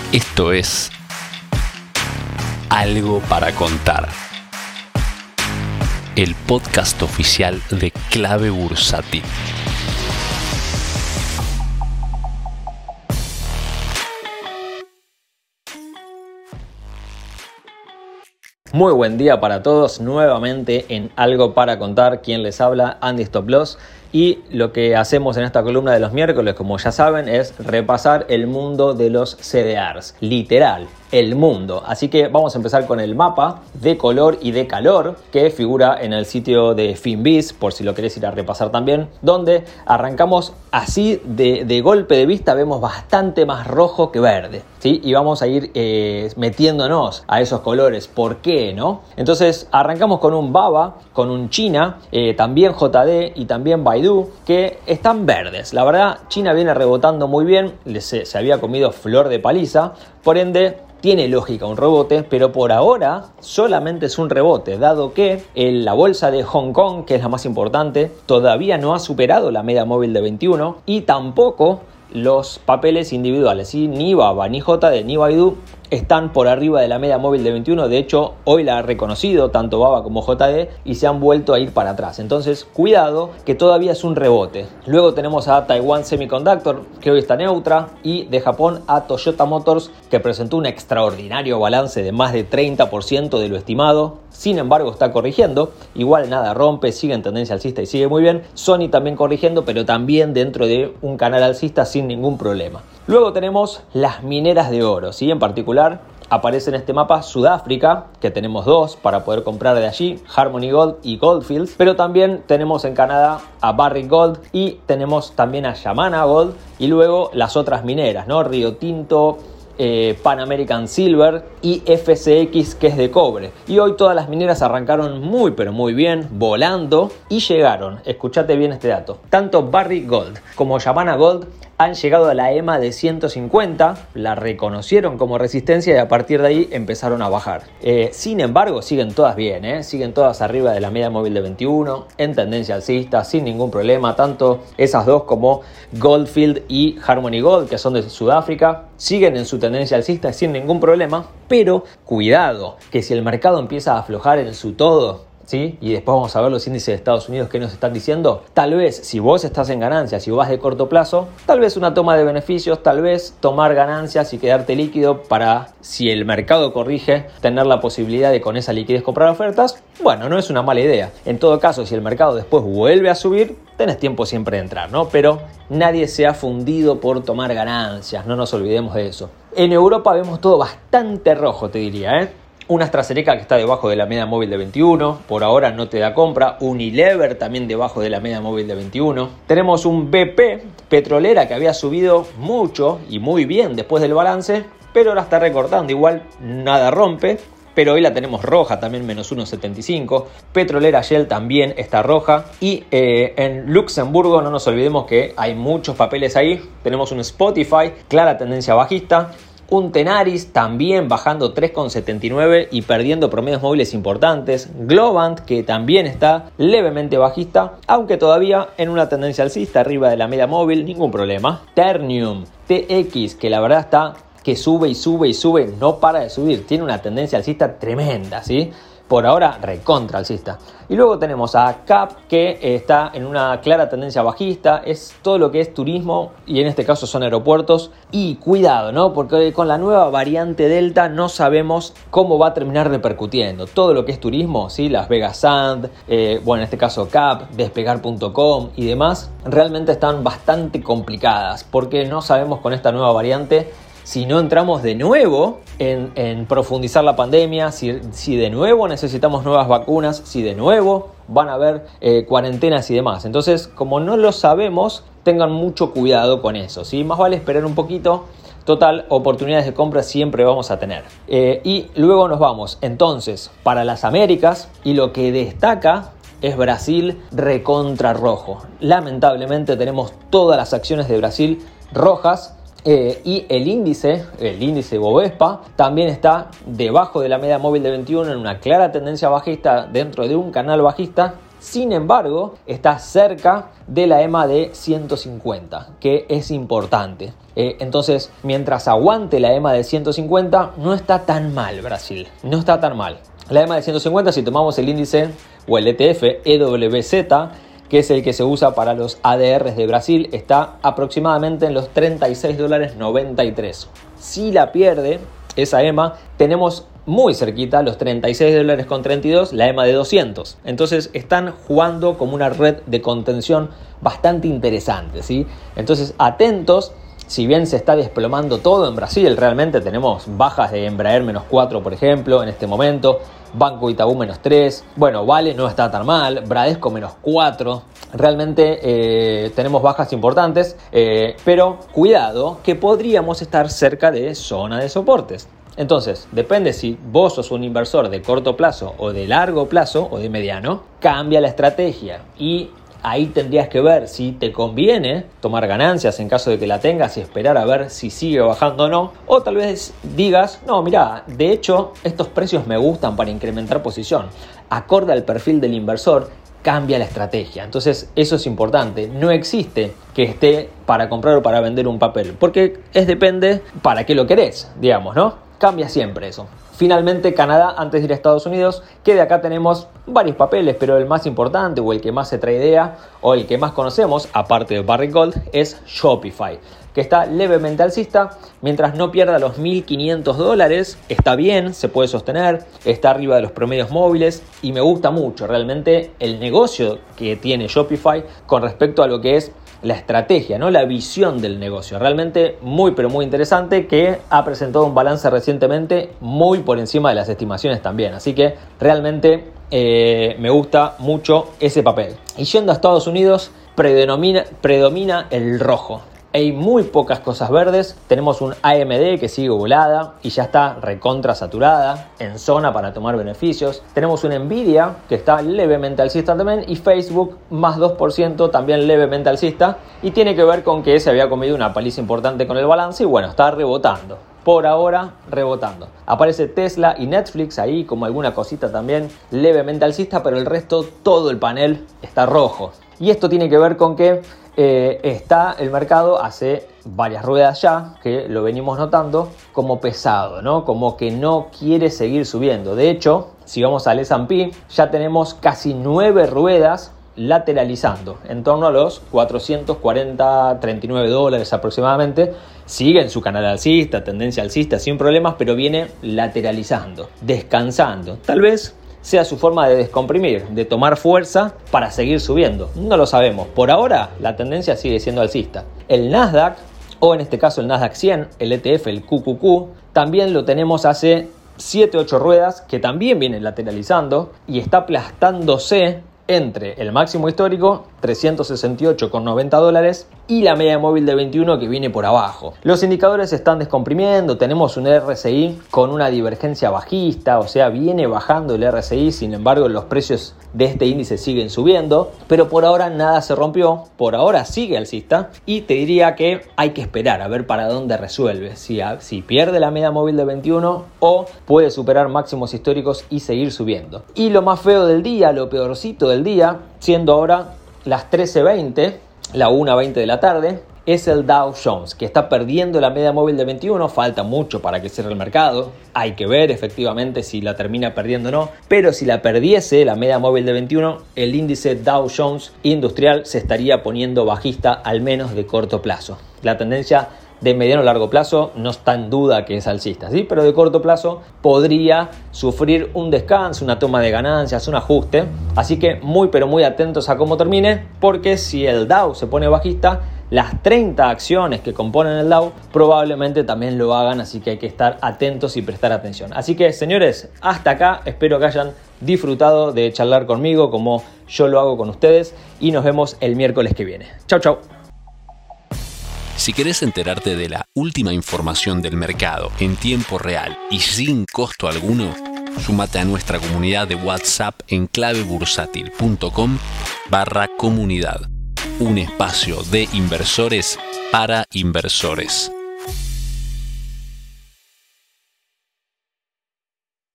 Esto es Algo para Contar, el podcast oficial de Clave Bursátil. Muy buen día para todos, nuevamente en Algo para Contar. Quien les habla, Andy Stop Loss. Y lo que hacemos en esta columna de los miércoles, como ya saben, es repasar el mundo de los CDRs. Literal, el mundo. Así que vamos a empezar con el mapa de color y de calor que figura en el sitio de Finviz, por si lo querés ir a repasar también, donde arrancamos así de golpe de vista, vemos bastante más rojo que verde, ¿sí? Y vamos a ir metiéndonos a esos colores. ¿Por qué, no? Entonces arrancamos con un BABA, con un China, también JD y también Baidu, que están verdes. La verdad, China viene rebotando muy bien, se había comido flor de paliza, por ende tiene lógica un rebote, pero por ahora solamente es un rebote, dado que la bolsa de Hong Kong, que es la más importante, todavía no ha superado la media móvil de 21 y tampoco los papeles individuales, ¿sí? Ni BABA, ni JD, ni Baidu están por arriba de la media móvil de 21. De hecho, hoy la ha reconocido tanto BABA como JD y se han vuelto a ir para atrás. Entonces, cuidado, que todavía es un rebote. Luego tenemos a Taiwan Semiconductor, que hoy está neutra, y de Japón a Toyota Motors, que presentó un extraordinario balance de más de 30% de lo estimado. Sin embargo, está corrigiendo. Igual nada rompe, sigue en tendencia alcista y sigue muy bien. Sony también corrigiendo, pero también dentro de un canal alcista sin ningún problema. Luego tenemos las mineras de oro, ¿sí? En particular aparece en este mapa Sudáfrica, que tenemos dos para poder comprar de allí, Harmony Gold y Gold Fields, pero también tenemos en Canadá a Barrick Gold y tenemos también a Yamana Gold y luego las otras mineras, ¿no? Rio Tinto, Pan American Silver y FCX, que es de cobre. Y hoy todas las mineras arrancaron muy pero muy bien, volando, y llegaron, escuchate bien este dato, tanto Barrick Gold como Yamana Gold han llegado a la EMA de 150, la reconocieron como resistencia y a partir de ahí empezaron a bajar. Sin embargo, siguen todas bien, siguen todas arriba de la media móvil de 21, en tendencia alcista, sin ningún problema. Tanto esas dos como Goldfield y Harmony Gold, que son de Sudáfrica, siguen en su tendencia alcista sin ningún problema. Pero cuidado, que si el mercado empieza a aflojar en su todo, ¿sí? Y después vamos a ver los índices de Estados Unidos que nos están diciendo. Tal vez si vos estás en ganancias, si vas de corto plazo, tal vez una toma de beneficios, tal vez tomar ganancias y quedarte líquido para, si el mercado corrige, tener la posibilidad de con esa liquidez comprar ofertas. Bueno, no es una mala idea. En todo caso, si el mercado después vuelve a subir, tenés tiempo siempre de entrar, ¿no? Pero nadie se ha fundido por tomar ganancias, no nos olvidemos de eso. En Europa vemos todo bastante rojo, te diría, Una AstraZeneca que está debajo de la media móvil de 21, por ahora no te da compra. Unilever también debajo de la media móvil de 21. Tenemos un BP, petrolera, que había subido mucho y muy bien después del balance, pero ahora está recortando, igual nada rompe. Pero hoy la tenemos roja, también menos 1,75. Petrolera Shell también está roja. Y en Luxemburgo no nos olvidemos que hay muchos papeles ahí. Tenemos un Spotify, clara tendencia bajista. Un Tenaris también bajando 3,79 y perdiendo promedios móviles importantes. Globant, que también está levemente bajista, aunque todavía en una tendencia alcista arriba de la media móvil, ningún problema. Ternium, TX, que la verdad está que sube y sube y sube, no para de subir, tiene una tendencia alcista tremenda, ¿sí? Por ahora recontra alcista. Y luego tenemos a CAP, que está en una clara tendencia bajista, es todo lo que es turismo y en este caso son aeropuertos. Y cuidado, ¿no? Porque con la nueva variante Delta no sabemos cómo va a terminar repercutiendo. Todo lo que es turismo, ¿sí? Las Vegas Sand, en este caso CAP, Despegar.com y demás, realmente están bastante complicadas porque no sabemos con esta nueva variante si no entramos de nuevo en profundizar la pandemia, si de nuevo necesitamos nuevas vacunas, si de nuevo van a haber cuarentenas y demás. Entonces, como no lo sabemos, tengan mucho cuidado con eso, ¿sí? Más vale esperar un poquito. Total, oportunidades de compra siempre vamos a tener. Y luego nos vamos entonces para las Américas, y lo que destaca es Brasil recontra rojo. Lamentablemente tenemos todas las acciones de Brasil rojas. Y el índice Bovespa también está debajo de la media móvil de 21 en una clara tendencia bajista dentro de un canal bajista Sin embargo, está cerca de la EMA de 150, que es importante. Entonces, mientras aguante la EMA de 150, no está tan mal Brasil, no está tan mal. La EMA de 150, si tomamos el índice o el ETF EWZ, que es el que se usa para los ADRs de Brasil, está aproximadamente en los $36.93. Si la pierde esa EMA, tenemos muy cerquita los $36.32, la EMA de 200. Entonces están jugando como una red de contención bastante interesante, ¿sí? Entonces atentos. Si bien se está desplomando todo en Brasil, realmente tenemos bajas de Embraer -4, por ejemplo, en este momento. Banco Itaú -3. Bueno, Vale no está tan mal. Bradesco -4. Realmente tenemos bajas importantes. Pero cuidado que podríamos estar cerca de zona de soportes. Entonces, depende si vos sos un inversor de corto plazo o de largo plazo o de mediano, cambia la estrategia y ahí tendrías que ver si te conviene tomar ganancias en caso de que la tengas y esperar a ver si sigue bajando o no. O tal vez digas, no, mirá, de hecho estos precios me gustan para incrementar posición. Acorde al perfil del inversor, cambia la estrategia. Entonces eso es importante. No existe que esté para comprar o para vender un papel, porque depende para qué lo querés, digamos, ¿no? Cambia siempre eso. Finalmente, Canadá, antes de ir a Estados Unidos, que de acá tenemos varios papeles, pero el más importante o el que más se trae idea o el que más conocemos, aparte de Barrick Gold, es Shopify, que está levemente alcista, mientras no pierda los $1.500, está bien, se puede sostener, está arriba de los promedios móviles y me gusta mucho realmente el negocio que tiene Shopify con respecto a lo que es la estrategia, ¿no? La visión del negocio. Realmente muy pero muy interesante, que ha presentado un balance recientemente muy por encima de las estimaciones también. Así que realmente me gusta mucho ese papel. Y yendo a Estados Unidos, predomina el rojo. Hay muy pocas cosas verdes. Tenemos un AMD que sigue volada y ya está recontra saturada, en zona para tomar beneficios. Tenemos un Nvidia que está levemente alcista también, y Facebook más 2% también levemente alcista, y tiene que ver con que se había comido una paliza importante con el balance y bueno, está rebotando. Por ahora rebotando. Aparece Tesla y Netflix ahí como alguna cosita también levemente alcista, pero el resto, todo el panel está rojo. Y esto tiene que ver con que está el mercado hace varias ruedas ya, que lo venimos notando, como pesado, ¿no? Como que no quiere seguir subiendo. De hecho, si vamos al S&P, ya tenemos casi 9 ruedas lateralizando, en torno a los $439 aproximadamente. Sigue en su canal alcista, tendencia alcista sin problemas, pero viene lateralizando, descansando. Tal vez sea su forma de descomprimir, de tomar fuerza para seguir subiendo. No lo sabemos. Por ahora, la tendencia sigue siendo alcista. El Nasdaq, o en este caso el Nasdaq 100, el ETF, el QQQ, también lo tenemos hace 7-8 ruedas, que también viene lateralizando y está aplastándose entre el máximo histórico, $368,90, y la media móvil de 21 que viene por abajo. Los indicadores se están descomprimiendo, tenemos un RSI con una divergencia bajista, o sea, viene bajando el RSI, sin embargo los precios de este índice siguen subiendo, pero por ahora nada se rompió, por ahora sigue alcista, y te diría que hay que esperar a ver para dónde resuelve, si pierde la media móvil de 21 o puede superar máximos históricos y seguir subiendo. Y lo más feo del día, lo peorcito del día, siendo ahora las 13:20, la 1:20 de la tarde, es el Dow Jones, que está perdiendo la media móvil de 21. Falta mucho para que cierre el mercado. Hay que ver efectivamente si la termina perdiendo o no. Pero si la perdiese la media móvil de 21, el índice Dow Jones Industrial se estaría poniendo bajista, al menos de corto plazo. La tendencia de mediano a largo plazo no está en duda que es alcista, ¿sí? Pero de corto plazo podría sufrir un descanso, una toma de ganancias, un ajuste. Así que muy pero muy atentos a cómo termine, porque si el Dow se pone bajista, las 30 acciones que componen el Dow probablemente también lo hagan, así que hay que estar atentos y prestar atención. Así que, señores, hasta acá. Espero que hayan disfrutado de charlar conmigo como yo lo hago con ustedes, y nos vemos el miércoles que viene. Chau, chau. Si querés enterarte de la última información del mercado en tiempo real y sin costo alguno, súmate a nuestra comunidad de WhatsApp en clavebursátil.com/comunidad. Un espacio de inversores para inversores.